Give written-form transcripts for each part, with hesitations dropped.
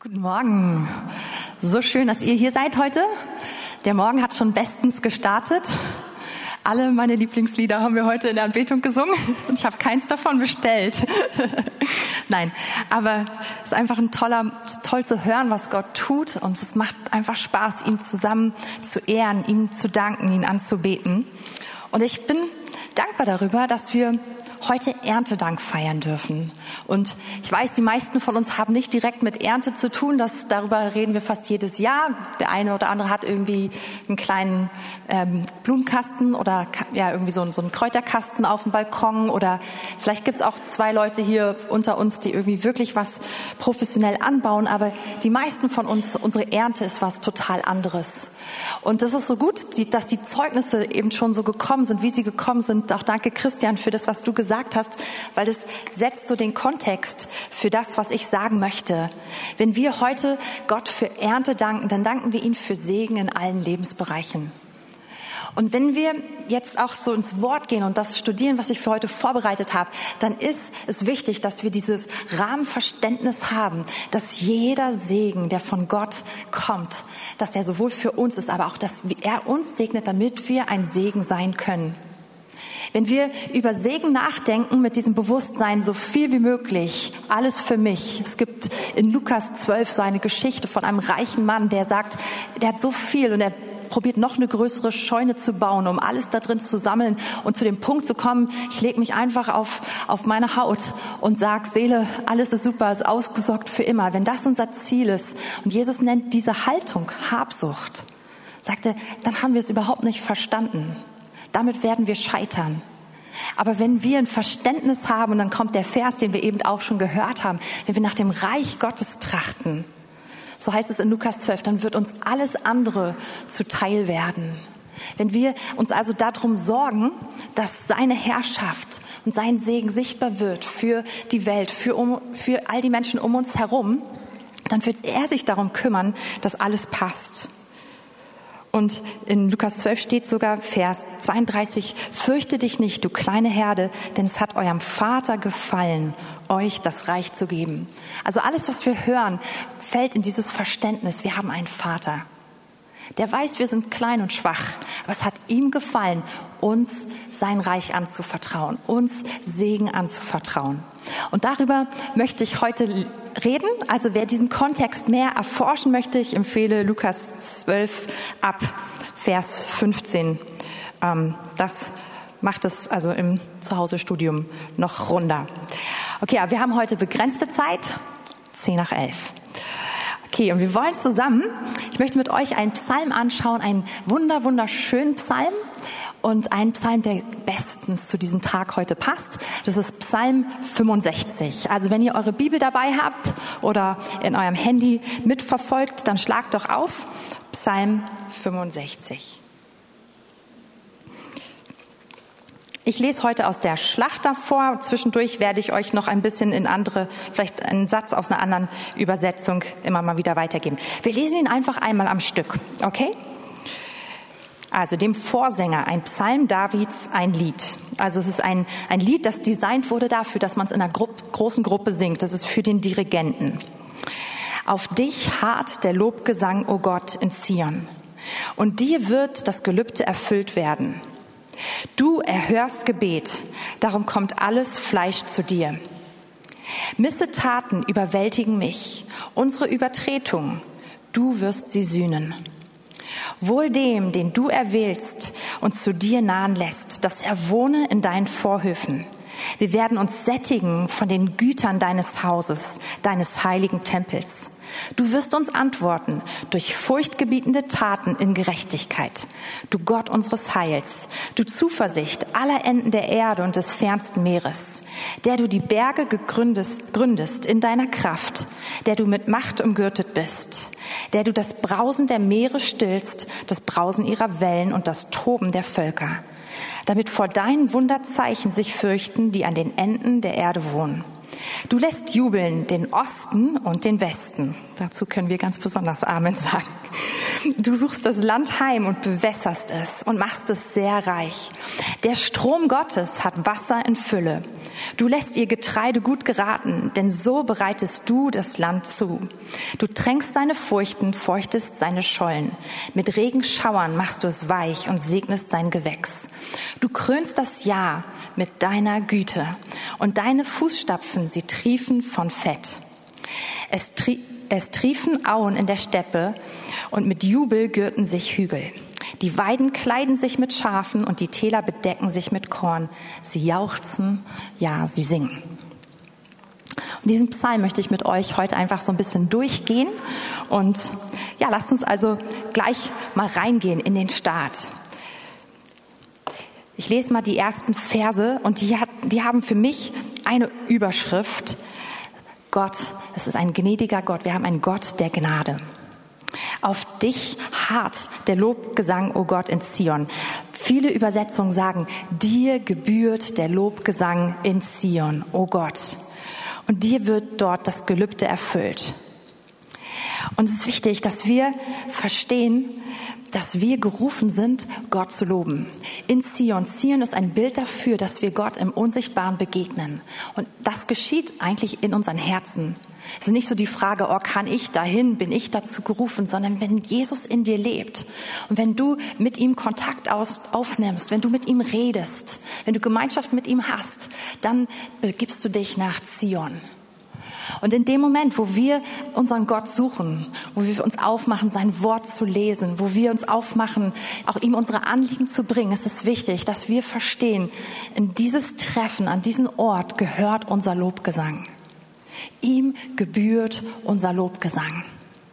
Guten Morgen. So schön, dass ihr hier seid heute. Der Morgen hat schon bestens gestartet. Alle meine Lieblingslieder haben wir heute in der Anbetung gesungen und ich habe keins davon bestellt. Nein, aber es ist einfach toll zu hören, was Gott tut, und es macht einfach Spaß, ihm zusammen zu ehren, ihm zu danken, ihn anzubeten. Und ich bin dankbar darüber, dass wir heute Erntedank feiern dürfen. Und ich weiß, die meisten von uns haben nicht direkt mit Ernte zu tun. Darüber reden wir fast jedes Jahr. Der eine oder andere hat irgendwie einen kleinen Blumenkasten oder irgendwie so einen Kräuterkasten auf dem Balkon. Oder vielleicht gibt es auch 2 Leute hier unter uns, die irgendwie wirklich was professionell anbauen. Aber die meisten von uns, unsere Ernte ist was total anderes. Und das ist so gut, dass die Zeugnisse eben schon so gekommen sind, wie sie gekommen sind. Auch danke, Christian, für das, was du gesagt hast, weil das setzt so den Kontext für das, was ich sagen möchte. Wenn wir heute Gott für Ernte danken, dann danken wir ihm für Segen in allen Lebensbereichen. Und wenn wir jetzt auch so ins Wort gehen und das studieren, was ich für heute vorbereitet habe, dann ist es wichtig, dass wir dieses Rahmenverständnis haben, dass jeder Segen, der von Gott kommt, dass der sowohl für uns ist, aber auch, dass er uns segnet, damit wir ein Segen sein können. Wenn wir über Segen nachdenken, mit diesem Bewusstsein, so viel wie möglich, alles für mich. Es gibt in Lukas 12 so eine Geschichte von einem reichen Mann, der sagt, der hat so viel und er probiert noch eine größere Scheune zu bauen, um alles da drin zu sammeln und zu dem Punkt zu kommen, ich lege mich einfach auf meine Haut und sage, Seele, alles ist super, ist ausgesorgt für immer. Wenn das unser Ziel ist, und Jesus nennt diese Haltung Habsucht, sagt er, dann haben wir es überhaupt nicht verstanden. Damit werden wir scheitern. Aber wenn wir ein Verständnis haben, und dann kommt der Vers, den wir eben auch schon gehört haben, wenn wir nach dem Reich Gottes trachten, so heißt es in Lukas 12, dann wird uns alles andere zuteil werden. Wenn wir uns also darum sorgen, dass seine Herrschaft und sein Segen sichtbar wird für die Welt, für all die Menschen um uns herum, dann wird er sich darum kümmern, dass alles passt. Und in Lukas 12 steht sogar Vers 32, fürchte dich nicht, du kleine Herde, denn es hat eurem Vater gefallen, euch das Reich zu geben. Also alles, was wir hören, fällt in dieses Verständnis, wir haben einen Vater. Der weiß, wir sind klein und schwach, aber es hat ihm gefallen, uns sein Reich anzuvertrauen, uns Segen anzuvertrauen. Und darüber möchte ich heute reden. Also wer diesen Kontext mehr erforschen möchte, ich empfehle Lukas 12 ab Vers 15. Das macht es also im Zuhause-Studium noch runder. Okay, aber wir haben heute begrenzte Zeit, 10:11. Okay, und wir wollen zusammen, ich möchte mit euch einen Psalm anschauen, einen wunderschönen Psalm und einen Psalm, der bestens zu diesem Tag heute passt. Das ist Psalm 65. Also wenn ihr eure Bibel dabei habt oder in eurem Handy mitverfolgt, dann schlagt doch auf Psalm 65. Ich lese heute aus der Schlachter vor. Zwischendurch werde ich euch noch ein bisschen vielleicht einen Satz aus einer anderen Übersetzung immer mal wieder weitergeben. Wir lesen ihn einfach einmal am Stück, okay? Also dem Vorsänger, ein Psalm Davids, ein Lied. Also es ist ein Lied, das designt wurde dafür, dass man es in einer großen Gruppe singt. Das ist für den Dirigenten. Auf dich harrt der Lobgesang, o Gott, in Zion. Und dir wird das Gelübde erfüllt werden. Du erhörst Gebet, darum kommt alles Fleisch zu dir. Missetaten überwältigen mich, unsere Übertretungen, du wirst sie sühnen. Wohl dem, den du erwählst und zu dir nahen lässt, dass er wohne in deinen Vorhöfen. Wir werden uns sättigen von den Gütern deines Hauses, deines heiligen Tempels. Du wirst uns antworten durch furchtgebietende Taten in Gerechtigkeit. Du Gott unseres Heils, du Zuversicht aller Enden der Erde und des fernsten Meeres, der du die Berge gründest in deiner Kraft, der du mit Macht umgürtet bist, der du das Brausen der Meere stillst, das Brausen ihrer Wellen und das Toben der Völker, damit vor deinen Wunderzeichen sich fürchten, die an den Enden der Erde wohnen. Du lässt jubeln den Osten und den Westen. Dazu können wir ganz besonders Amen sagen. Du suchst das Land heim und bewässerst es und machst es sehr reich. Der Strom Gottes hat Wasser in Fülle. Du lässt ihr Getreide gut geraten, denn so bereitest du das Land zu. Du tränkst seine Furchen, feuchtest seine Schollen. Mit Regenschauern machst du es weich und segnest sein Gewächs. Du krönst das Jahr mit deiner Güte und deine Fußstapfen, sie triefen von Fett. Es triefen Auen in der Steppe und mit Jubel gürten sich Hügel. Die Weiden kleiden sich mit Schafen und die Täler bedecken sich mit Korn. Sie jauchzen, ja, sie singen. Und diesen Psalm möchte ich mit euch heute einfach so ein bisschen durchgehen. Und ja, lasst uns also gleich mal reingehen in den Start. Ich lese mal die ersten Verse und die haben für mich eine Überschrift. Gott, es ist ein gnädiger Gott. Wir haben einen Gott der Gnade. Auf dich harrt der Lobgesang, o Gott, in Zion. Viele Übersetzungen sagen, dir gebührt der Lobgesang in Zion, o Gott. Und dir wird dort das Gelübde erfüllt. Und es ist wichtig, dass wir verstehen, dass wir gerufen sind, Gott zu loben. In Zion. Zion ist ein Bild dafür, dass wir Gott im Unsichtbaren begegnen. Und das geschieht eigentlich in unseren Herzen. Es ist nicht so die Frage, oh, kann ich dahin, bin ich dazu gerufen, sondern wenn Jesus in dir lebt und wenn du mit ihm Kontakt aufnimmst, wenn du mit ihm redest, wenn du Gemeinschaft mit ihm hast, dann begibst du dich nach Zion. Und in dem Moment, wo wir unseren Gott suchen, wo wir uns aufmachen, sein Wort zu lesen, wo wir uns aufmachen, auch ihm unsere Anliegen zu bringen, ist es wichtig, dass wir verstehen, in dieses Treffen, an diesen Ort gehört unser Lobgesang. Ihm gebührt unser Lobgesang.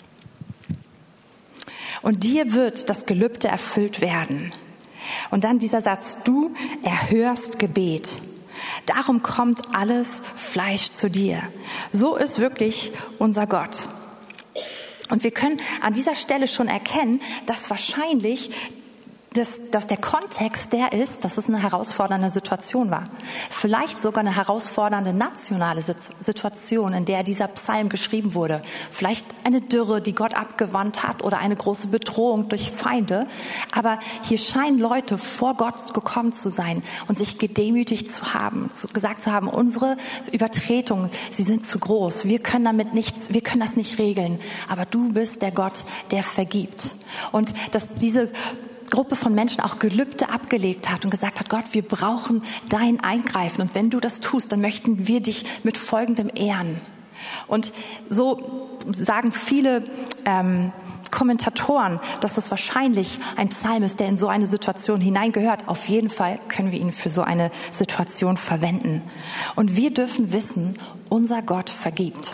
Und dir wird das Gelübde erfüllt werden. Und dann dieser Satz, du erhörst Gebet. Darum kommt alles Fleisch zu dir. So ist wirklich unser Gott. Und wir können an dieser Stelle schon erkennen, dass wahrscheinlich dass der Kontext der ist, dass es eine herausfordernde Situation war. Vielleicht sogar eine herausfordernde nationale Situation, in der dieser Psalm geschrieben wurde. Vielleicht eine Dürre, die Gott abgewandt hat oder eine große Bedrohung durch Feinde. Aber hier scheinen Leute vor Gott gekommen zu sein und sich gedemütigt zu haben, gesagt zu haben, unsere Übertretungen, sie sind zu groß. Wir können das nicht regeln. Aber du bist der Gott, der vergibt. Und dass diese Gruppe von Menschen auch Gelübde abgelegt hat und gesagt hat, Gott, wir brauchen dein Eingreifen. Und wenn du das tust, dann möchten wir dich mit Folgendem ehren. Und so sagen viele Kommentatoren, dass es wahrscheinlich ein Psalm ist, der in so eine Situation hineingehört. Auf jeden Fall können wir ihn für so eine Situation verwenden. Und wir dürfen wissen, unser Gott vergibt.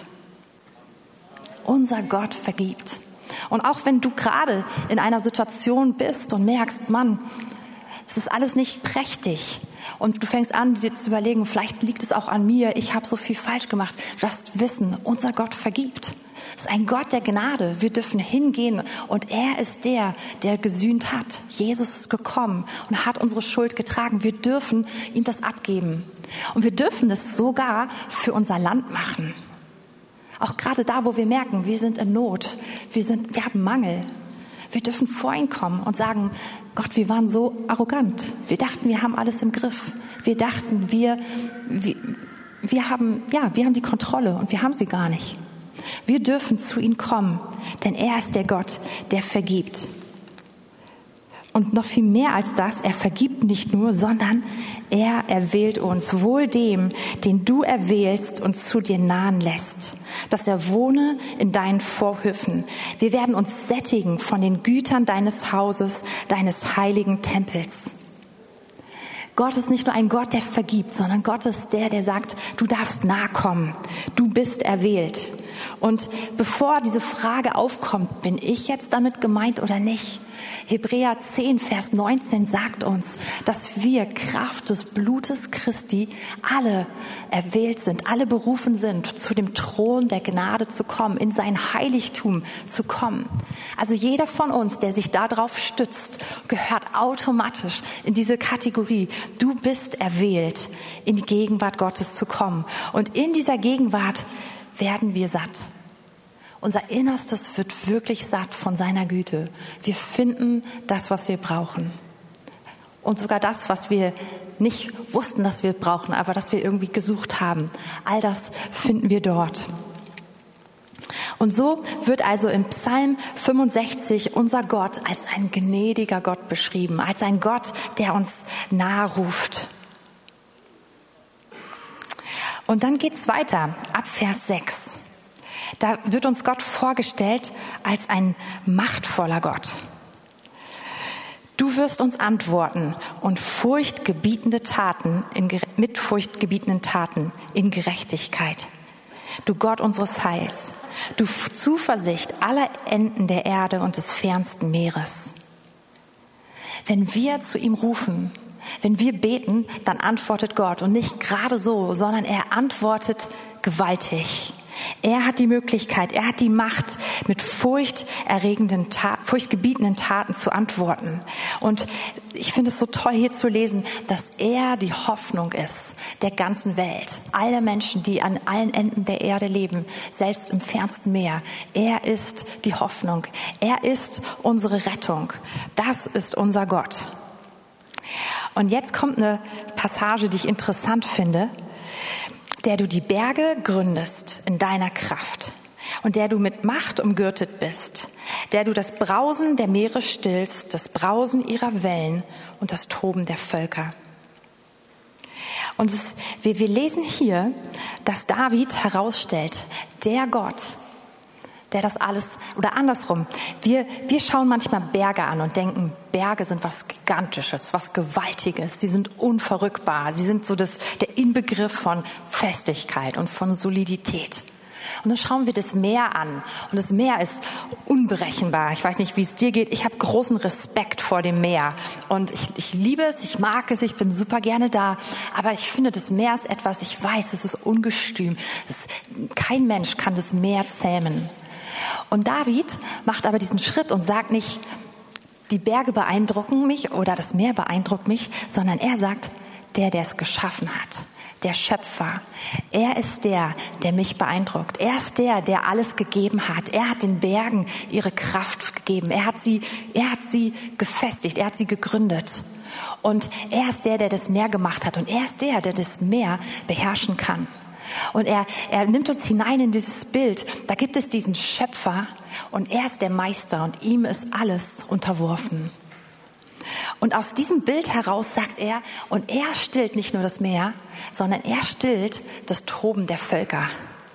Unser Gott vergibt. Und auch wenn du gerade in einer Situation bist und merkst, Mann, es ist alles nicht prächtig und du fängst an, dir zu überlegen, vielleicht liegt es auch an mir, ich habe so viel falsch gemacht. Du darfst wissen, unser Gott vergibt. Es ist ein Gott der Gnade. Wir dürfen hingehen und er ist der gesühnt hat. Jesus ist gekommen und hat unsere Schuld getragen. Wir dürfen ihm das abgeben. Und wir dürfen es sogar für unser Land machen. Auch gerade da, wo wir merken, wir sind in Not, wir haben Mangel. Wir dürfen vor ihn kommen und sagen, Gott, wir waren so arrogant. Wir dachten, wir haben alles im Griff. Wir dachten, wir haben die Kontrolle und wir haben sie gar nicht. Wir dürfen zu ihm kommen, denn er ist der Gott, der vergibt. Und noch viel mehr als das, er vergibt nicht nur, sondern er erwählt uns, wohl dem, den du erwählst und zu dir nahen lässt, dass er wohne in deinen Vorhöfen. Wir werden uns sättigen von den Gütern deines Hauses, deines heiligen Tempels. Gott ist nicht nur ein Gott, der vergibt, sondern Gott ist der sagt, du darfst nahe kommen, du bist erwählt. Und bevor diese Frage aufkommt, bin ich jetzt damit gemeint oder nicht? Hebräer 10, Vers 19 sagt uns, dass wir Kraft des Blutes Christi alle erwählt sind, alle berufen sind, zu dem Thron der Gnade zu kommen, in sein Heiligtum zu kommen. Also jeder von uns, der sich darauf stützt, gehört automatisch in diese Kategorie. Du bist erwählt, in die Gegenwart Gottes zu kommen. Und in dieser Gegenwart werden wir satt. Unser Innerstes wird wirklich satt von seiner Güte. Wir finden das, was wir brauchen. Und sogar das, was wir nicht wussten, dass wir brauchen, aber das wir irgendwie gesucht haben. All das finden wir dort. Und so wird also im Psalm 65 unser Gott als ein gnädiger Gott beschrieben, als ein Gott, der uns nahe ruft. Und dann geht's weiter, ab Vers 6. Da wird uns Gott vorgestellt als ein machtvoller Gott. Du wirst uns antworten und mit furchtgebietenden Taten in Gerechtigkeit. Du Gott unseres Heils, du Zuversicht aller Enden der Erde und des fernsten Meeres. Wenn wir zu ihm rufen, wenn wir beten, dann antwortet Gott und nicht gerade so, sondern er antwortet gewaltig. Er hat die Möglichkeit, er hat die Macht, mit furchtgebietenden Taten zu antworten. Und ich finde es so toll hier zu lesen, dass er die Hoffnung ist der ganzen Welt. Alle Menschen, die an allen Enden der Erde leben, selbst im fernsten Meer. Er ist die Hoffnung. Er ist unsere Rettung. Das ist unser Gott. Und jetzt kommt eine Passage, die ich interessant finde. Der du die Berge gründest in deiner Kraft und der du mit Macht umgürtet bist, der du das Brausen der Meere stillst, das Brausen ihrer Wellen und das Toben der Völker. Und wir lesen hier, dass David herausstellt, der Gott, der das alles, oder andersrum, wir schauen manchmal Berge an und denken, Berge sind was Gigantisches, was Gewaltiges, sie sind unverrückbar, sie sind so der Inbegriff von Festigkeit und von Solidität. Und dann schauen wir das Meer an und das Meer ist unberechenbar. Ich weiß nicht, wie es dir geht, ich habe großen Respekt vor dem Meer und ich liebe es, ich mag es, ich bin super gerne da, aber ich finde, das Meer ist etwas, ich weiß, es ist ungestüm, kein Mensch kann das Meer zähmen. Und David macht aber diesen Schritt und sagt nicht, die Berge beeindrucken mich oder das Meer beeindruckt mich, sondern er sagt, der es geschaffen hat, der Schöpfer. Er ist der mich beeindruckt. Er ist der alles gegeben hat. Er hat den Bergen ihre Kraft gegeben. Er hat sie gefestigt. Er hat sie gegründet. Und er ist der das Meer gemacht hat. Und er ist der das Meer beherrschen kann. Und er nimmt uns hinein in dieses Bild. Da gibt es diesen Schöpfer und er ist der Meister und ihm ist alles unterworfen. Und aus diesem Bild heraus sagt er, und er stillt nicht nur das Meer, sondern er stillt das Toben der Völker.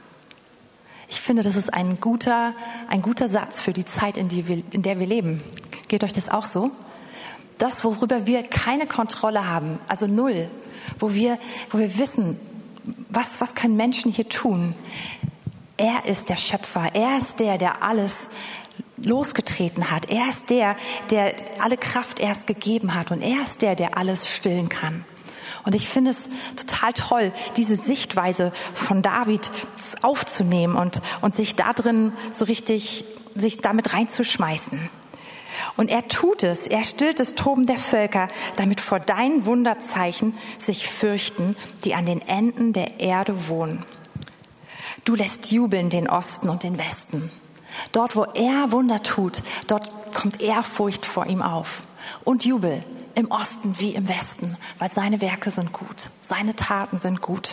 Ich finde, das ist ein guter Satz für die Zeit, in der wir leben. Geht euch das auch so? Das, worüber wir keine Kontrolle haben, also null, wo wir wissen, was können Menschen hier tun? Er ist der Schöpfer. Er ist der alles losgetreten hat. Er ist der alle Kraft erst gegeben hat. Und er ist der alles stillen kann. Und ich finde es total toll, diese Sichtweise von David aufzunehmen und sich da drin so richtig, sich damit reinzuschmeißen. Und er tut es, er stillt das Toben der Völker, damit vor deinen Wunderzeichen sich fürchten, die an den Enden der Erde wohnen. Du lässt jubeln den Osten und den Westen. Dort, wo er Wunder tut, dort kommt Ehrfurcht vor ihm auf. Und Jubel im Osten wie im Westen, weil seine Werke sind gut, seine Taten sind gut.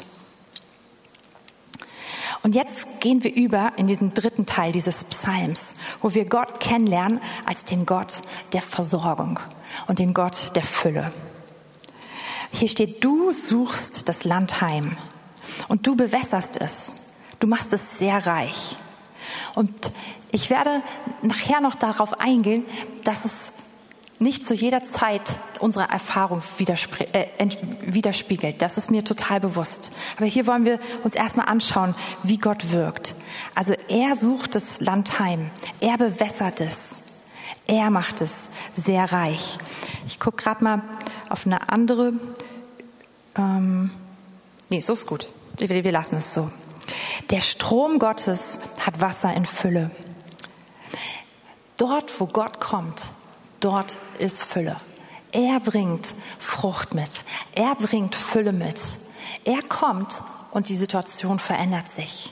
Und jetzt gehen wir über in diesen dritten Teil dieses Psalms, wo wir Gott kennenlernen als den Gott der Versorgung und den Gott der Fülle. Hier steht, du suchst das Land heim und du bewässerst es. Du machst es sehr reich. Und ich werde nachher noch darauf eingehen, dass es nicht zu jeder Zeit unsere Erfahrung widerspiegelt. Das ist mir total bewusst. Aber hier wollen wir uns erstmal anschauen, wie Gott wirkt. Also er sucht das Land heim. Er bewässert es. Er macht es sehr reich. Ich gucke gerade mal auf eine andere. So ist gut. Wir lassen es so. Der Strom Gottes hat Wasser in Fülle. Dort, wo Gott kommt, dort ist Fülle. Er bringt Frucht mit. Er bringt Fülle mit. Er kommt und die Situation verändert sich.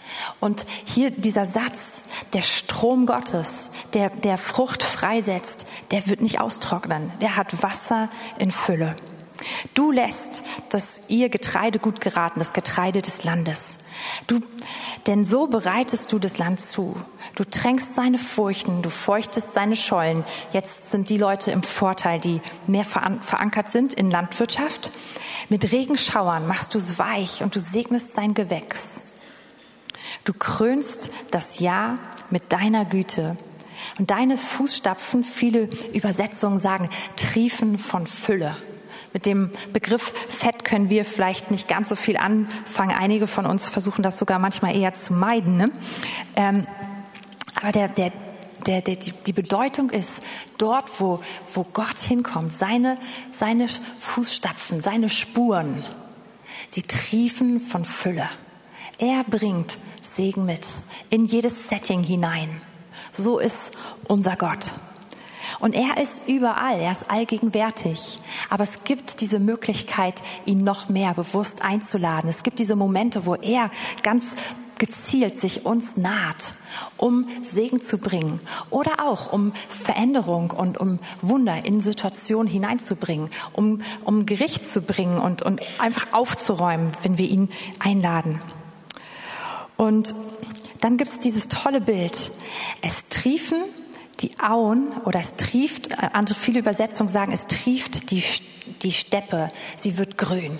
Und hier dieser Satz, der Strom Gottes, der Frucht freisetzt, der wird nicht austrocknen. Der hat Wasser in Fülle. Du lässt das ihr Getreide gut geraten, das Getreide des Landes. Denn so bereitest du das Land zu. Du tränkst seine Furchen, du feuchtest seine Schollen. Jetzt sind die Leute im Vorteil, die mehr verankert sind in Landwirtschaft. Mit Regenschauern machst du es weich und du segnest sein Gewächs. Du krönst das Jahr mit deiner Güte. Und deine Fußstapfen, viele Übersetzungen sagen, triefen von Fülle. Mit dem Begriff Fett können wir vielleicht nicht ganz so viel anfangen. Einige von uns versuchen das sogar manchmal eher zu meiden. Ne? Aber die Bedeutung ist, dort, wo Gott hinkommt, seine Fußstapfen, seine Spuren, sie triefen von Fülle. Er bringt Segen mit in jedes Setting hinein. So ist unser Gott. Und er ist überall, er ist allgegenwärtig. Aber es gibt diese Möglichkeit, ihn noch mehr bewusst einzuladen. Es gibt diese Momente, wo er ganz gezielt sich uns naht, um Segen zu bringen oder auch um Veränderung und um Wunder in Situationen hineinzubringen, um Gericht zu bringen und einfach aufzuräumen, wenn wir ihn einladen. Und dann gibt es dieses tolle Bild. Es triefen die Auen oder es trieft, viele Übersetzungen sagen, es trieft die Steppe, sie wird grün.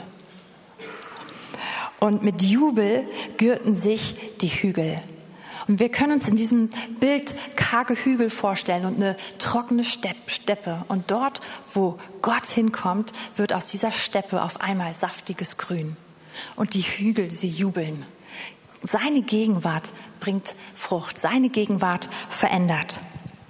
Und mit Jubel gürten sich die Hügel. Und wir können uns in diesem Bild karge Hügel vorstellen und eine trockene Steppe. Und dort, wo Gott hinkommt, wird aus dieser Steppe auf einmal saftiges Grün. Und die Hügel, sie jubeln. Seine Gegenwart bringt Frucht. Seine Gegenwart verändert.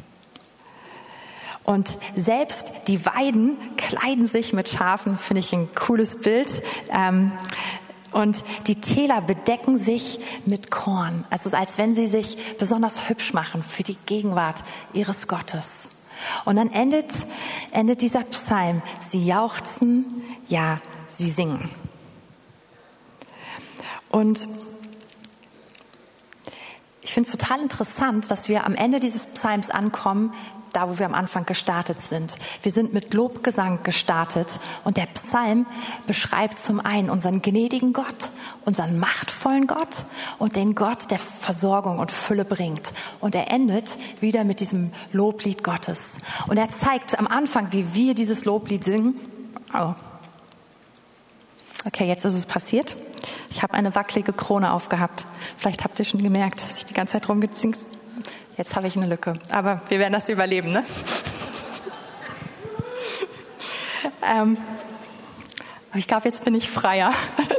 Und selbst die Weiden kleiden sich mit Schafen, finde ich ein cooles Bild. Und die Täler bedecken sich mit Korn. Also als wenn sie sich besonders hübsch machen für die Gegenwart ihres Gottes. Und dann endet dieser Psalm. Sie jauchzen, ja, sie singen. Und ich finde es total interessant, dass wir am Ende dieses Psalms ankommen, da wo wir am Anfang gestartet sind. Wir sind mit Lobgesang gestartet und der Psalm beschreibt zum einen unseren gnädigen Gott, unseren machtvollen Gott und den Gott, der Versorgung und Fülle bringt. Und er endet wieder mit diesem Loblied Gottes. Und er zeigt am Anfang, wie wir dieses Loblied singen. Oh. Okay, jetzt ist es passiert. Ich habe eine wackelige Krone aufgehabt. Vielleicht habt ihr schon gemerkt, dass ich die ganze Zeit rumgezinkt. Jetzt habe ich eine Lücke. Aber wir werden das überleben, ne? Aber ich glaube, jetzt bin ich freier.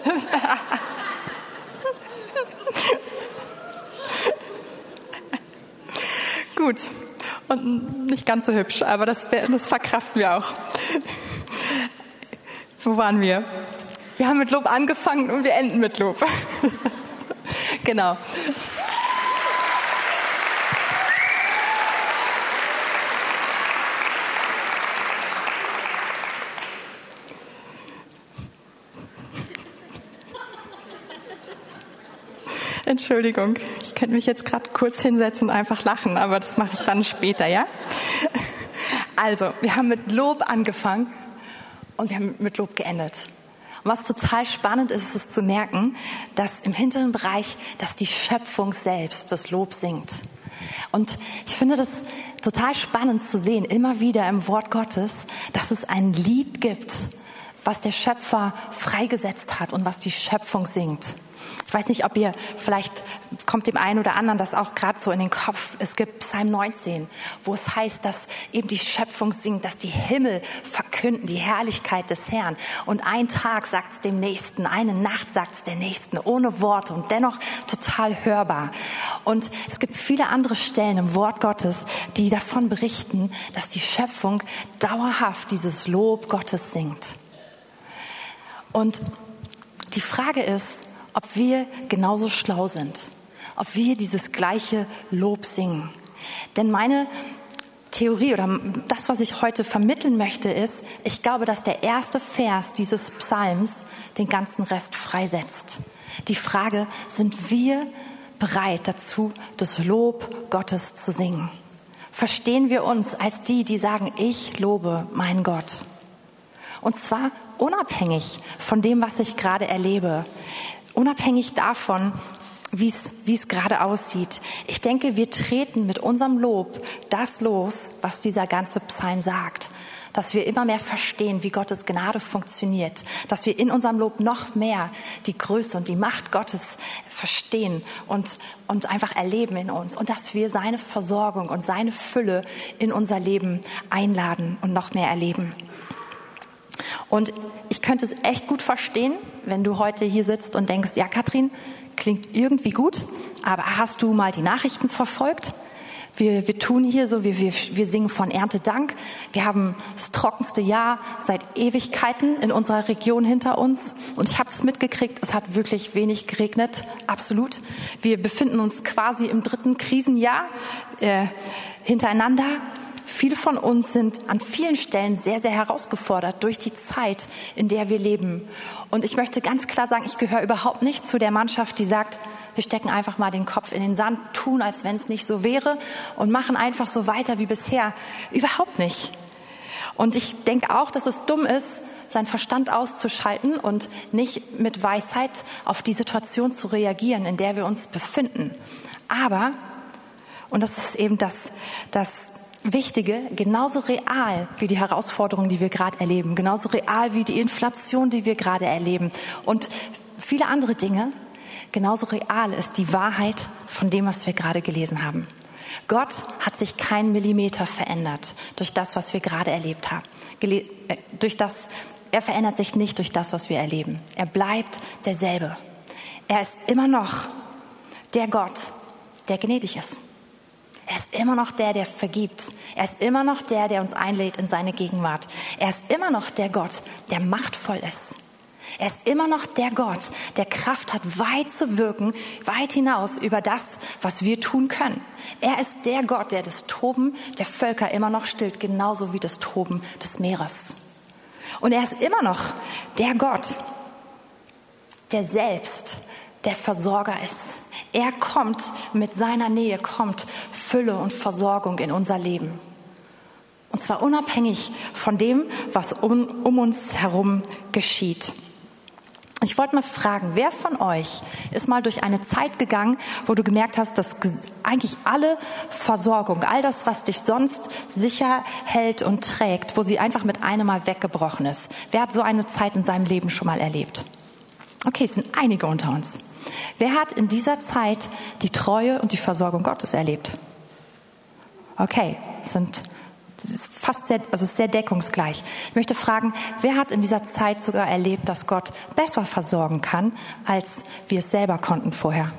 Gut. Und nicht ganz so hübsch, aber das verkraften wir auch. Wo waren wir? Wir haben mit Lob angefangen und wir enden mit Lob. Genau. Entschuldigung, ich könnte mich jetzt gerade kurz hinsetzen und einfach lachen, aber das mache ich dann später, ja? Also, wir haben mit Lob angefangen und wir haben mit Lob geendet. Und was total spannend ist, ist zu merken, dass im hinteren Bereich, dass die Schöpfung selbst das Lob singt. Und ich finde das total spannend zu sehen, immer wieder im Wort Gottes, dass es ein Lied gibt, was der Schöpfer freigesetzt hat und was die Schöpfung singt. Ich weiß nicht, vielleicht kommt dem einen oder anderen das auch gerade so in den Kopf. Es gibt Psalm 19, wo es heißt, dass eben die Schöpfung singt, dass die Himmel verkünden die Herrlichkeit des Herrn. Und ein Tag sagt es dem Nächsten, eine Nacht sagt es der Nächsten, ohne Worte und dennoch total hörbar. Und es gibt viele andere Stellen im Wort Gottes, die davon berichten, dass die Schöpfung dauerhaft dieses Lob Gottes singt. Und die Frage ist, ob wir genauso schlau sind, ob wir dieses gleiche Lob singen. Denn meine Theorie oder das, was ich heute vermitteln möchte, ist, ich glaube, dass der erste Vers dieses Psalms den ganzen Rest freisetzt. Die Frage, sind wir bereit dazu, das Lob Gottes zu singen? Verstehen wir uns als die sagen, ich lobe meinen Gott? Und zwar unabhängig von dem, was ich gerade erlebe. Unabhängig davon, wie es gerade aussieht. Ich denke, wir treten mit unserem Lob das los, was dieser ganze Psalm sagt. Dass wir immer mehr verstehen, wie Gottes Gnade funktioniert. Dass wir in unserem Lob noch mehr die Größe und die Macht Gottes verstehen und einfach erleben in uns. Und dass wir seine Versorgung und seine Fülle in unser Leben einladen und noch mehr erleben. Und ich könnte es echt gut verstehen, wenn du heute hier sitzt und denkst, ja Katrin, klingt irgendwie gut, aber hast du mal die Nachrichten verfolgt? Wir tun hier so, wir singen von Erntedank. Wir haben das trockenste Jahr seit Ewigkeiten in unserer Region hinter uns. Und ich habe es mitgekriegt, es hat wirklich wenig geregnet, absolut. Wir befinden uns quasi im 3. Krisenjahr hintereinander. Viele von uns sind an vielen Stellen sehr, sehr herausgefordert durch die Zeit, in der wir leben. Und ich möchte ganz klar sagen, ich gehöre überhaupt nicht zu der Mannschaft, die sagt, wir stecken einfach mal den Kopf in den Sand, tun, als wenn es nicht so wäre und machen einfach so weiter wie bisher. Überhaupt nicht. Und ich denke auch, dass es dumm ist, seinen Verstand auszuschalten und nicht mit Weisheit auf die Situation zu reagieren, in der wir uns befinden. Aber, und das ist eben das Wichtige, genauso real wie die Herausforderungen, die wir gerade erleben, genauso real wie die Inflation, die wir gerade erleben und viele andere Dinge, genauso real ist die Wahrheit von dem, was wir gerade gelesen haben. Gott hat sich keinen Millimeter verändert durch das, was wir gerade erlebt haben. Er verändert sich nicht durch das, was wir erleben. Er bleibt derselbe. Er ist immer noch der Gott, der gnädig ist. Er ist immer noch der vergibt. Er ist immer noch der uns einlädt in seine Gegenwart. Er ist immer noch der Gott, der machtvoll ist. Er ist immer noch der Gott, der Kraft hat, weit zu wirken, weit hinaus über das, was wir tun können. Er ist der Gott, der das Toben der Völker immer noch stillt, genauso wie das Toben des Meeres. Und er ist immer noch der Gott, der selbst der Versorger ist. Er kommt mit seiner Nähe, kommt Fülle und Versorgung in unser Leben. Und zwar unabhängig von dem, was um uns herum geschieht. Ich wollte mal fragen, wer von euch ist mal durch eine Zeit gegangen, wo du gemerkt hast, dass eigentlich alle Versorgung, all das, was dich sonst sicher hält und trägt, wo sie einfach mit einem Mal weggebrochen ist. Wer hat so eine Zeit in seinem Leben schon mal erlebt? Okay, es sind einige unter uns. Wer hat in dieser Zeit die Treue und die Versorgung Gottes erlebt? Okay, das ist fast sehr deckungsgleich. Ich möchte fragen, wer hat in dieser Zeit sogar erlebt, dass Gott besser versorgen kann, als wir es selber konnten vorher?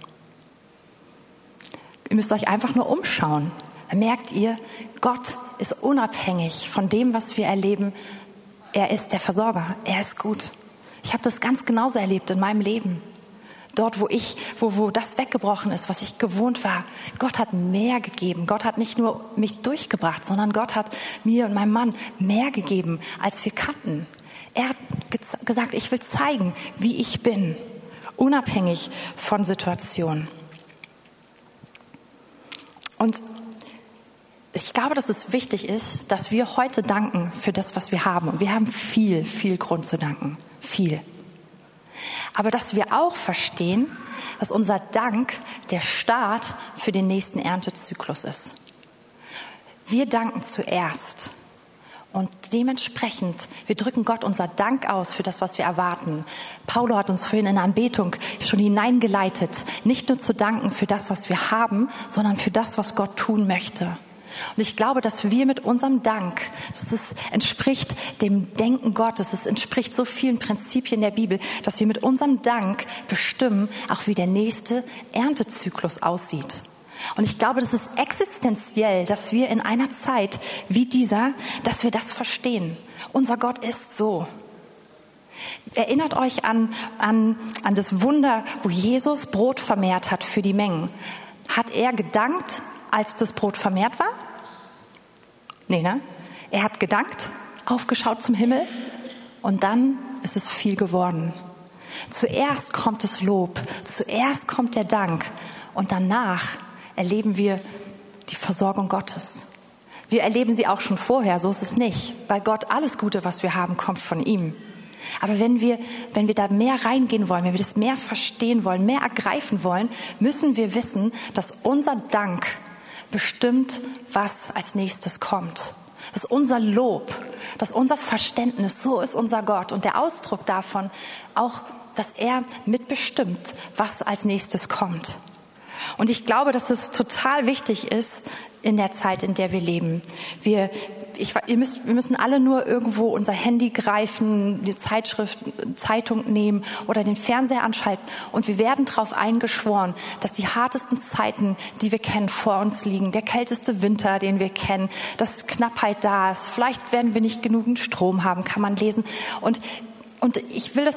Ihr müsst euch einfach nur umschauen. Dann merkt ihr, Gott ist unabhängig von dem, was wir erleben. Er ist der Versorger. Er ist gut. Ich habe das ganz genauso erlebt in meinem Leben. Dort, wo das weggebrochen ist, was ich gewohnt war. Gott hat mehr gegeben. Gott hat nicht nur mich durchgebracht, sondern Gott hat mir und meinem Mann mehr gegeben, als wir kannten. Er hat gesagt, ich will zeigen, wie ich bin, unabhängig von Situationen. Und ich glaube, dass es wichtig ist, dass wir heute danken für das, was wir haben. Und wir haben viel, viel Grund zu danken. Viel. Aber dass wir auch verstehen, dass unser Dank der Start für den nächsten Erntezyklus ist. Wir danken zuerst und dementsprechend, wir drücken Gott unser Dank aus für das, was wir erwarten. Paulo hat uns vorhin in der Anbetung schon hineingeleitet, nicht nur zu danken für das, was wir haben, sondern für das, was Gott tun möchte. Und ich glaube, dass wir mit unserem Dank, entspricht dem Denken Gottes, es entspricht so vielen Prinzipien der Bibel, dass wir mit unserem Dank bestimmen, auch wie der nächste Erntezyklus aussieht. Und ich glaube, das ist existenziell, dass wir in einer Zeit wie dieser, dass wir das verstehen. Unser Gott ist so. Erinnert euch an das Wunder, wo Jesus Brot vermehrt hat für die Mengen. Hat er gedankt, als das Brot vermehrt war? Nee, ne? Er hat gedankt, aufgeschaut zum Himmel und dann ist es viel geworden. Zuerst kommt das Lob, zuerst kommt der Dank und danach erleben wir die Versorgung Gottes. Wir erleben sie auch schon vorher, so ist es nicht. Bei Gott alles Gute, was wir haben, kommt von ihm. Aber wenn wir da mehr reingehen wollen, wenn wir das mehr verstehen wollen, mehr ergreifen wollen, müssen wir wissen, dass unser Dank bestimmt, was als nächstes kommt. Das ist unser Lob, das ist unser Verständnis, so ist unser Gott. Und der Ausdruck davon auch, dass er mitbestimmt, was als nächstes kommt. Und ich glaube, dass es total wichtig ist in der Zeit, in der wir leben. Wir müssen alle nur irgendwo unser Handy greifen, die Zeitung nehmen oder den Fernseher anschalten. Und wir werden darauf eingeschworen, dass die hartesten Zeiten, die wir kennen, vor uns liegen. Der kälteste Winter, den wir kennen, dass Knappheit da ist. Vielleicht werden wir nicht genügend Strom haben, kann man lesen. Und ich will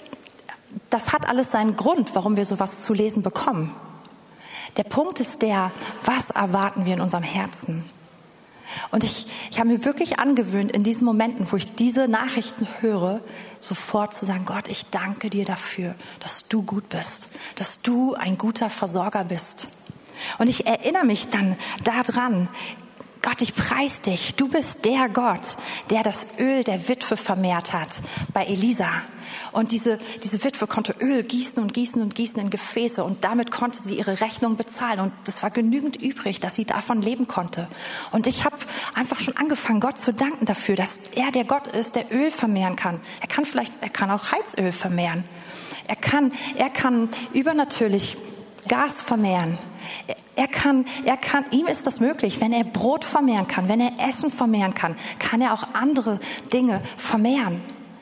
das hat alles seinen Grund, warum wir sowas zu lesen bekommen. Der Punkt ist was erwarten wir in unserem Herzen? Und ich habe mir wirklich angewöhnt, in diesen Momenten, wo ich diese Nachrichten höre, sofort zu sagen, Gott, ich danke dir dafür, dass du gut bist, dass du ein guter Versorger bist. Und ich erinnere mich dann daran, Gott, ich preis dich, du bist der Gott, der das Öl der Witwe vermehrt hat bei Elisa. Und diese Witwe konnte Öl gießen und gießen und gießen in Gefäße und damit konnte sie ihre Rechnung bezahlen und das war genügend übrig, dass sie davon leben konnte. Und ich habe einfach schon angefangen, Gott zu danken dafür, dass er der Gott ist, der Öl vermehren kann. Er kann auch Heizöl vermehren. Er kann übernatürlich Gas vermehren. Ihm ist das möglich. Wenn er Brot vermehren kann, wenn er Essen vermehren kann, kann er auch andere Dinge vermehren.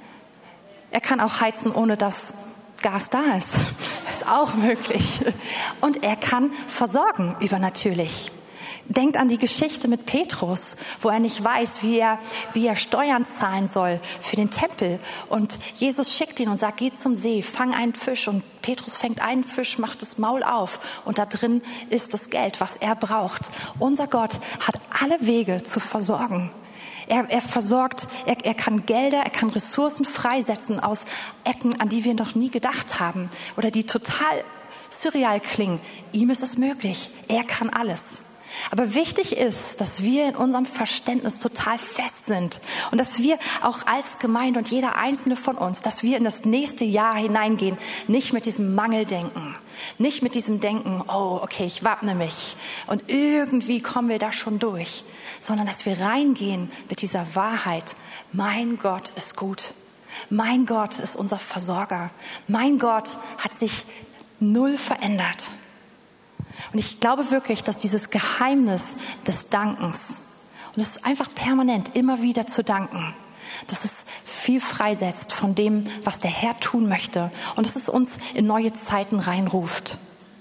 Er kann auch heizen, ohne dass Gas da ist. Ist auch möglich. Und er kann versorgen übernatürlich. Denkt an die Geschichte mit Petrus, wo er nicht weiß, wie er Steuern zahlen soll für den Tempel. Und Jesus schickt ihn und sagt, geh zum See, fang einen Fisch. Und Petrus fängt einen Fisch, macht das Maul auf. Und da drin ist das Geld, was er braucht. Unser Gott hat alle Wege zu versorgen. Er versorgt, er kann Gelder, er kann Ressourcen freisetzen aus Ecken, an die wir noch nie gedacht haben oder die total surreal klingen. Ihm ist es möglich. Er kann alles. Aber wichtig ist, dass wir in unserem Verständnis total fest sind und dass wir auch als Gemeinde und jeder einzelne von uns, dass wir in das nächste Jahr hineingehen, nicht mit diesem Mangeldenken, nicht mit diesem Denken, oh, okay, ich wappne mich und irgendwie kommen wir da schon durch, sondern dass wir reingehen mit dieser Wahrheit, mein Gott ist gut, mein Gott ist unser Versorger, mein Gott hat sich null verändert. Und ich glaube wirklich, dass dieses Geheimnis des Dankens, und es ist einfach permanent immer wieder zu danken, dass es viel freisetzt von dem, was der Herr tun möchte und dass es uns in neue Zeiten reinruft.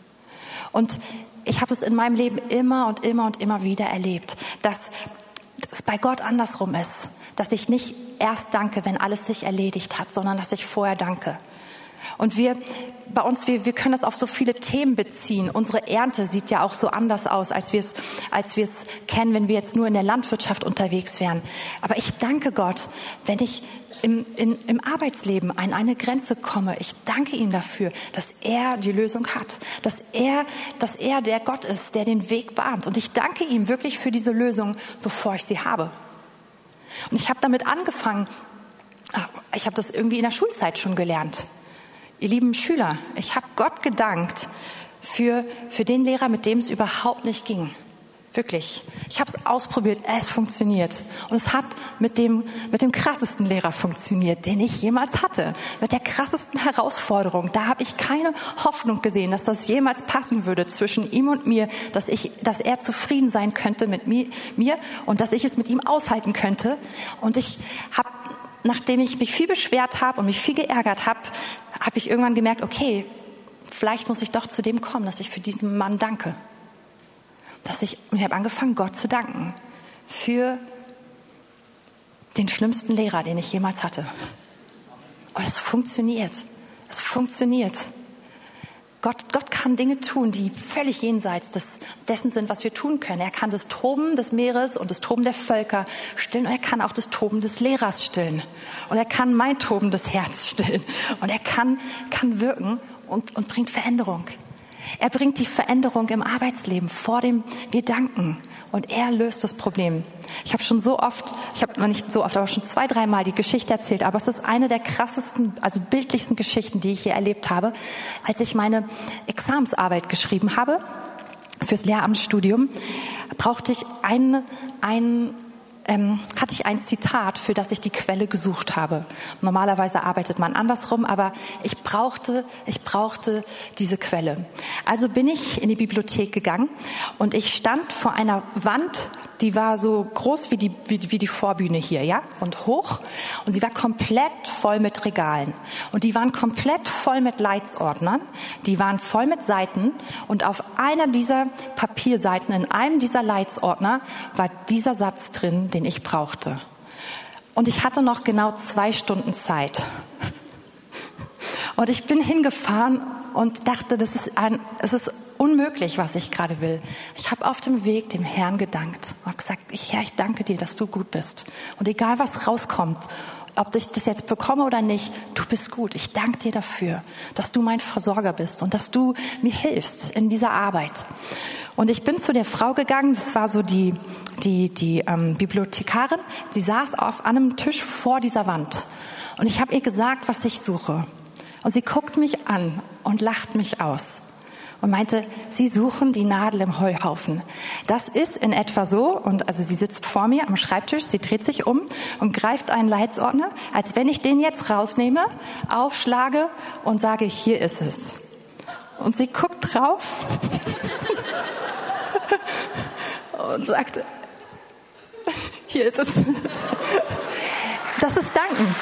Und ich habe es in meinem Leben immer und immer und immer wieder erlebt, dass es bei Gott andersrum ist, dass ich nicht erst danke, wenn alles sich erledigt hat, sondern dass ich vorher danke. Und wir können das auf so viele Themen beziehen. Unsere Ernte sieht ja auch so anders aus, als wir es kennen, wenn wir jetzt nur in der Landwirtschaft unterwegs wären. Aber ich danke Gott, wenn ich im Arbeitsleben an eine Grenze komme. Ich danke ihm dafür, dass er die Lösung hat, dass er der Gott ist, der den Weg bahnt. Und ich danke ihm wirklich für diese Lösung, bevor ich sie habe. Und ich habe damit angefangen, ich habe das irgendwie in der Schulzeit schon gelernt. Ihr lieben Schüler, ich habe Gott gedankt für den Lehrer, mit dem es überhaupt nicht ging. Wirklich. Ich habe es ausprobiert, es funktioniert. Und es hat mit dem krassesten Lehrer funktioniert, den ich jemals hatte. Mit der krassesten Herausforderung. Da habe ich keine Hoffnung gesehen, dass das jemals passen würde zwischen ihm und mir, dass er zufrieden sein könnte mit mir und dass ich es mit ihm aushalten könnte. Und ich habe, nachdem ich mich viel beschwert habe und mich viel geärgert habe ich irgendwann gemerkt, okay, vielleicht muss ich doch zu dem kommen, dass ich für diesen Mann danke. Ich habe angefangen, Gott zu danken für den schlimmsten Lehrer, den ich jemals hatte. Und es funktioniert. Es funktioniert. Gott kann Dinge tun, die völlig jenseits dessen sind, was wir tun können. Er kann das Toben des Meeres und das Toben der Völker stillen und er kann auch das Toben des Lehrers stillen. Und er kann mein tobendes Herz stillen. Und er kann wirken und bringt Veränderung. Er bringt die Veränderung im Arbeitsleben, vor dem wir danken. Und er löst das Problem. Ich habe schon nicht so oft, aber schon 2-3 Mal die Geschichte erzählt. Aber es ist eine der krassesten, also bildlichsten Geschichten, die ich hier erlebt habe, als ich meine Examensarbeit geschrieben habe fürs Lehramtsstudium, brauchte ich hatte ich ein Zitat, für das ich die Quelle gesucht habe. Normalerweise arbeitet man andersrum, aber ich brauchte diese Quelle. Also bin ich in die Bibliothek gegangen und ich stand vor einer Wand, die war so groß wie die Vorbühne hier, ja, und hoch. Und sie war komplett voll mit Regalen. Und die waren komplett voll mit Leitsordnern. Die waren voll mit Seiten. Und auf einer dieser Papierseiten, in einem dieser Leitsordner, war dieser Satz drin, den ich brauchte. Und ich hatte noch genau 2 Stunden Zeit. Und ich bin hingefahren und dachte, es ist unmöglich, was ich gerade will. Ich habe auf dem Weg dem Herrn gedankt und habe gesagt, Herr, ich danke dir, dass du gut bist. Und egal, was rauskommt, ob ich das jetzt bekomme oder nicht, du bist gut. Ich danke dir dafür, dass du mein Versorger bist und dass du mir hilfst in dieser Arbeit. Und ich bin zu der Frau gegangen, das war so die Bibliothekarin, sie saß an einem Tisch vor dieser Wand. Und ich habe ihr gesagt, was ich suche. Und sie guckt mich an und lacht mich aus und meinte, Sie suchen die Nadel im Heuhaufen. Das ist in etwa so, und also sie sitzt vor mir am Schreibtisch, sie dreht sich um und greift einen Leitsordner, als wenn ich den jetzt rausnehme, aufschlage und sage, hier ist es. Und sie guckt drauf und sagt, hier ist es. Das ist Danken.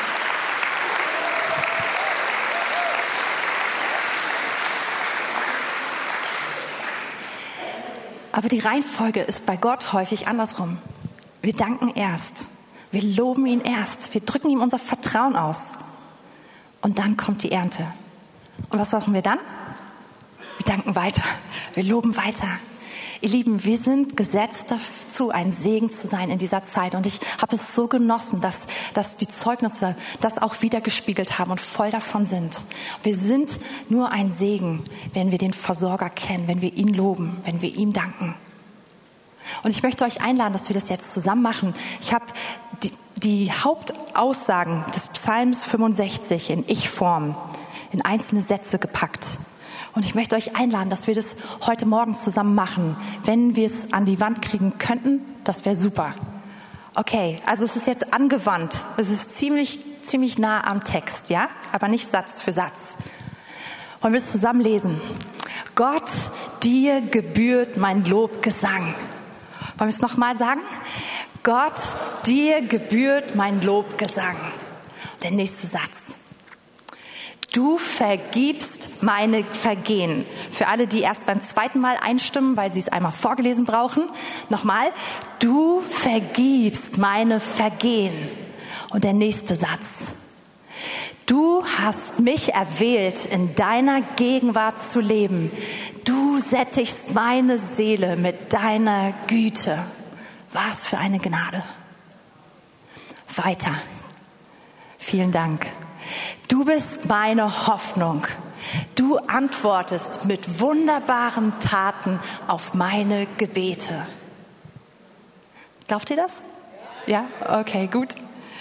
Aber die Reihenfolge ist bei Gott häufig andersrum. Wir danken erst. Wir loben ihn erst. Wir drücken ihm unser Vertrauen aus. Und dann kommt die Ernte. Und was machen wir dann? Wir danken weiter. Wir loben weiter. Ihr Lieben, wir sind gesetzt dazu, ein Segen zu sein in dieser Zeit. Und ich habe es so genossen, dass die Zeugnisse das auch wiedergespiegelt haben und voll davon sind. Wir sind nur ein Segen, wenn wir den Versorger kennen, wenn wir ihn loben, wenn wir ihm danken. Und ich möchte euch einladen, dass wir das jetzt zusammen machen. Ich habe die Hauptaussagen des Psalms 65 in Ich-Form, in einzelne Sätze gepackt. Und ich möchte euch einladen, dass wir das heute Morgen zusammen machen. Wenn wir es an die Wand kriegen könnten, das wäre super. Okay, also es ist jetzt angewandt. Es ist ziemlich nah am Text, ja? Aber nicht Satz für Satz. Wollen wir es zusammen lesen? Gott, dir gebührt mein Lobgesang. Wollen wir es nochmal sagen? Gott, dir gebührt mein Lobgesang. Der nächste Satz. Du vergibst meine Vergehen. Für alle, die erst beim 2. Mal einstimmen, weil sie es einmal vorgelesen brauchen. Nochmal. Du vergibst meine Vergehen. Und der nächste Satz. Du hast mich erwählt, in deiner Gegenwart zu leben. Du sättigst meine Seele mit deiner Güte. Was für eine Gnade. Weiter. Vielen Dank. Du bist meine Hoffnung. Du antwortest mit wunderbaren Taten auf meine Gebete. Glaubt ihr das? Ja? Okay, gut.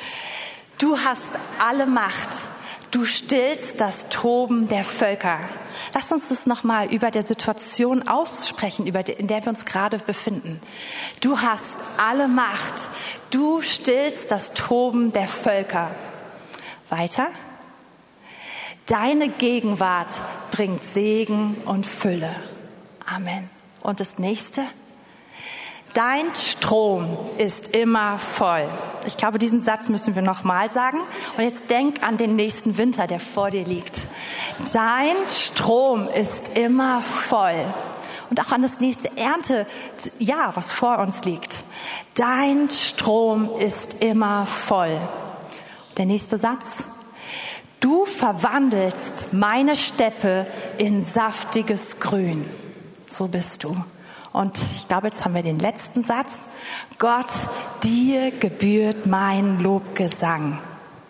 Du hast alle Macht. Du stillst das Toben der Völker. Lass uns das nochmal über der Situation aussprechen, in der wir uns gerade befinden. Du hast alle Macht. Du stillst das Toben der Völker. Weiter. Deine Gegenwart bringt Segen und Fülle. Amen. Und das nächste. Dein Strom ist immer voll. Ich glaube, diesen Satz müssen wir nochmal sagen. Und jetzt denk an den nächsten Winter, der vor dir liegt. Dein Strom ist immer voll. Und auch an das nächste Erntejahr, was vor uns liegt. Dein Strom ist immer voll. Der nächste Satz. Du verwandelst meine Steppe in saftiges Grün. So bist du. Und ich glaube, jetzt haben wir den letzten Satz. Gott, dir gebührt mein Lobgesang.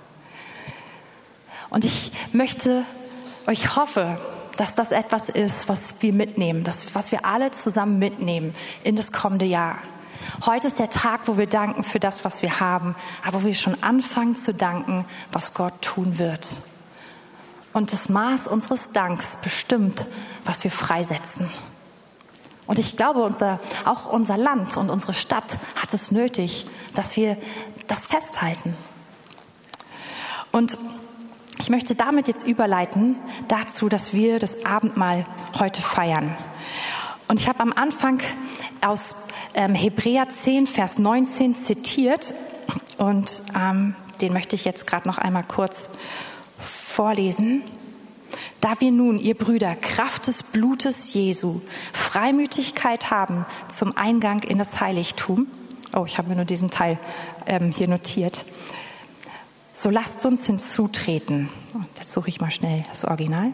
Und ich hoffe, dass das etwas ist, was wir mitnehmen, was wir alle zusammen mitnehmen in das kommende Jahr. Heute ist der Tag, wo wir danken für das, was wir haben, aber wo wir schon anfangen zu danken, was Gott tun wird. Und das Maß unseres Danks bestimmt, was wir freisetzen. Und ich glaube, auch unser Land und unsere Stadt hat es nötig, dass wir das festhalten. Und ich möchte damit jetzt überleiten dazu, dass wir das Abendmahl heute feiern. Und ich habe am Anfang aus Hebräer 10, Vers 19 zitiert und den möchte ich jetzt gerade noch einmal kurz vorlesen. Da wir nun, ihr Brüder, Kraft des Blutes Jesu, Freimütigkeit haben zum Eingang in das Heiligtum. Oh, ich habe mir nur diesen Teil hier notiert. So lasst uns hinzutreten. Jetzt suche ich mal schnell das Original.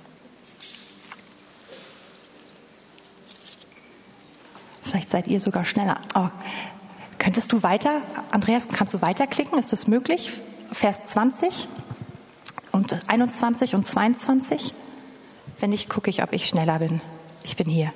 Vielleicht seid ihr sogar schneller. Oh, könntest du weiter, Andreas, kannst du weiterklicken? Ist das möglich? Vers 20 und 21 und 22? Wenn nicht, gucke ich, ob ich schneller bin. Ich bin hier.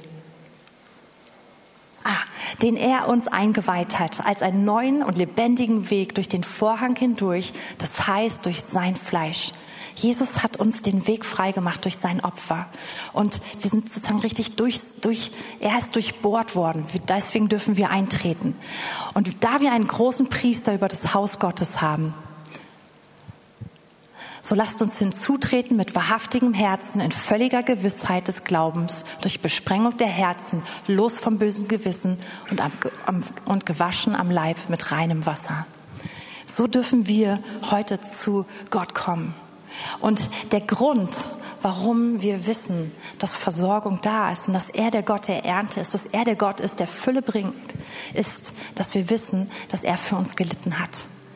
Den er uns eingeweiht hat, als einen neuen und lebendigen Weg durch den Vorhang hindurch, das heißt durch sein Fleisch. Jesus hat uns den Weg freigemacht durch sein Opfer. Und wir sind sozusagen richtig er ist durchbohrt worden. Deswegen dürfen wir eintreten. Und da wir einen großen Priester über das Haus Gottes haben, so lasst uns hinzutreten mit wahrhaftigem Herzen in völliger Gewissheit des Glaubens, durch Besprengung der Herzen, los vom bösen Gewissen und gewaschen am Leib mit reinem Wasser. So dürfen wir heute zu Gott kommen. Und der Grund, warum wir wissen, dass Versorgung da ist und dass er der Gott der Ernte ist, dass er der Gott ist, der Fülle bringt, ist, dass wir wissen, dass er für uns gelitten hat.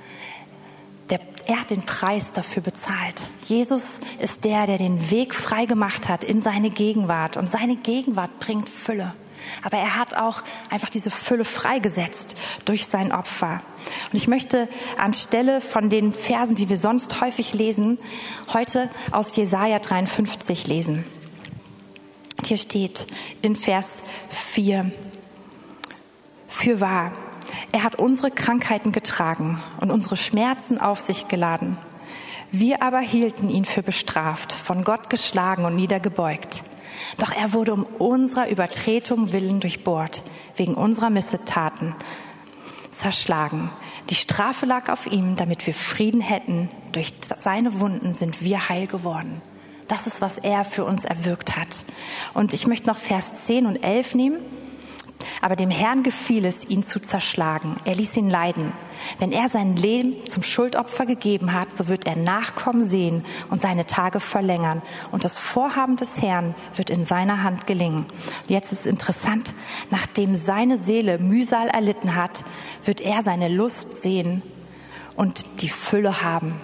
Er hat den Preis dafür bezahlt. Jesus ist der den Weg frei gemacht hat in seine Gegenwart. Und seine Gegenwart bringt Fülle. Aber er hat auch einfach diese Fülle freigesetzt durch sein Opfer. Und ich möchte anstelle von den Versen, die wir sonst häufig lesen, heute aus Jesaja 53 lesen. Und hier steht in Vers 4: Fürwahr, er hat unsere Krankheiten getragen und unsere Schmerzen auf sich geladen. Wir aber hielten ihn für bestraft, von Gott geschlagen und niedergebeugt. Doch er wurde um unserer Übertretung willen durchbohrt, wegen unserer Missetaten zerschlagen. Die Strafe lag auf ihm, damit wir Frieden hätten. Durch seine Wunden sind wir heil geworden. Das ist, was er für uns erwirkt hat. Und ich möchte noch Vers 10 und 11 nehmen. Aber dem Herrn gefiel es, ihn zu zerschlagen. Er ließ ihn leiden. Wenn er sein Leben zum Schuldopfer gegeben hat, so wird er Nachkommen sehen und seine Tage verlängern. Und das Vorhaben des Herrn wird in seiner Hand gelingen. Und jetzt ist interessant, nachdem seine Seele Mühsal erlitten hat, wird er seine Lust sehen und die Fülle haben.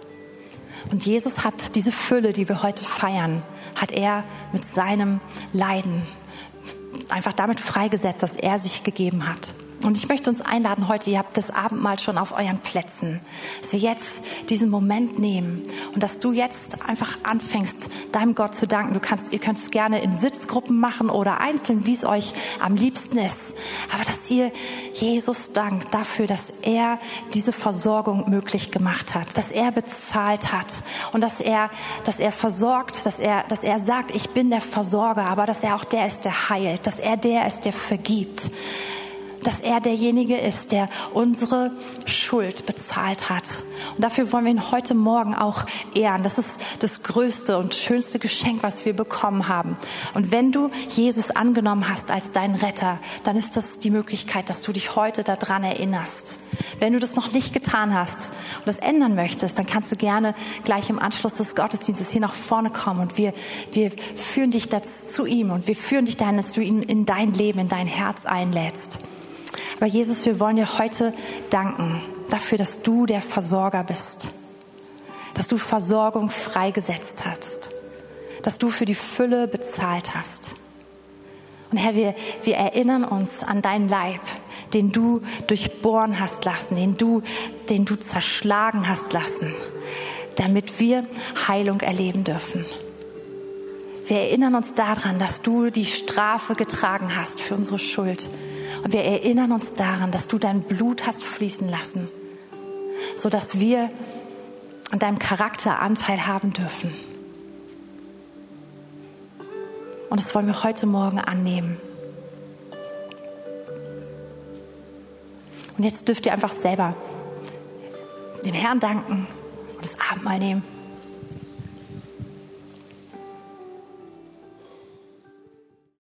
Und Jesus hat diese Fülle, die wir heute feiern, hat er mit seinem Leiden einfach damit freigesetzt, dass er sich gegeben hat. Und ich möchte uns einladen heute, ihr habt das Abendmahl schon auf euren Plätzen, dass wir jetzt diesen Moment nehmen und dass du jetzt einfach anfängst, deinem Gott zu danken. Ihr könnt es gerne in Sitzgruppen machen oder einzeln, wie es euch am liebsten ist. Aber dass ihr Jesus dankt dafür, dass er diese Versorgung möglich gemacht hat, dass er bezahlt hat und dass er versorgt, dass er sagt, ich bin der Versorger, aber dass er auch der ist, der heilt, dass er der ist, der vergibt. Dass er derjenige ist, der unsere Schuld bezahlt hat. Und dafür wollen wir ihn heute Morgen auch ehren. Das ist das größte und schönste Geschenk, was wir bekommen haben. Und wenn du Jesus angenommen hast als deinen Retter, dann ist das die Möglichkeit, dass du dich heute daran erinnerst. Wenn du das noch nicht getan hast und das ändern möchtest, dann kannst du gerne gleich im Anschluss des Gottesdienstes hier nach vorne kommen und wir führen dich zu ihm und wir führen dich dahin, dass du ihn in dein Leben, in dein Herz einlädst. Aber Jesus, wir wollen dir heute danken dafür, dass du der Versorger bist. dass du Versorgung freigesetzt hast, dass du für die Fülle bezahlt hast. Und Herr, wir erinnern uns an deinen Leib, den du durchbohren hast lassen, den du zerschlagen hast lassen, damit wir Heilung erleben dürfen. Wir erinnern uns daran, dass du die Strafe getragen hast für unsere Schuld. Und wir erinnern uns daran, dass du dein Blut hast fließen lassen, sodass wir an deinem Charakter Anteil haben dürfen. Und das wollen wir heute Morgen annehmen. Und jetzt dürft ihr einfach selber dem Herrn danken und das Abendmahl nehmen.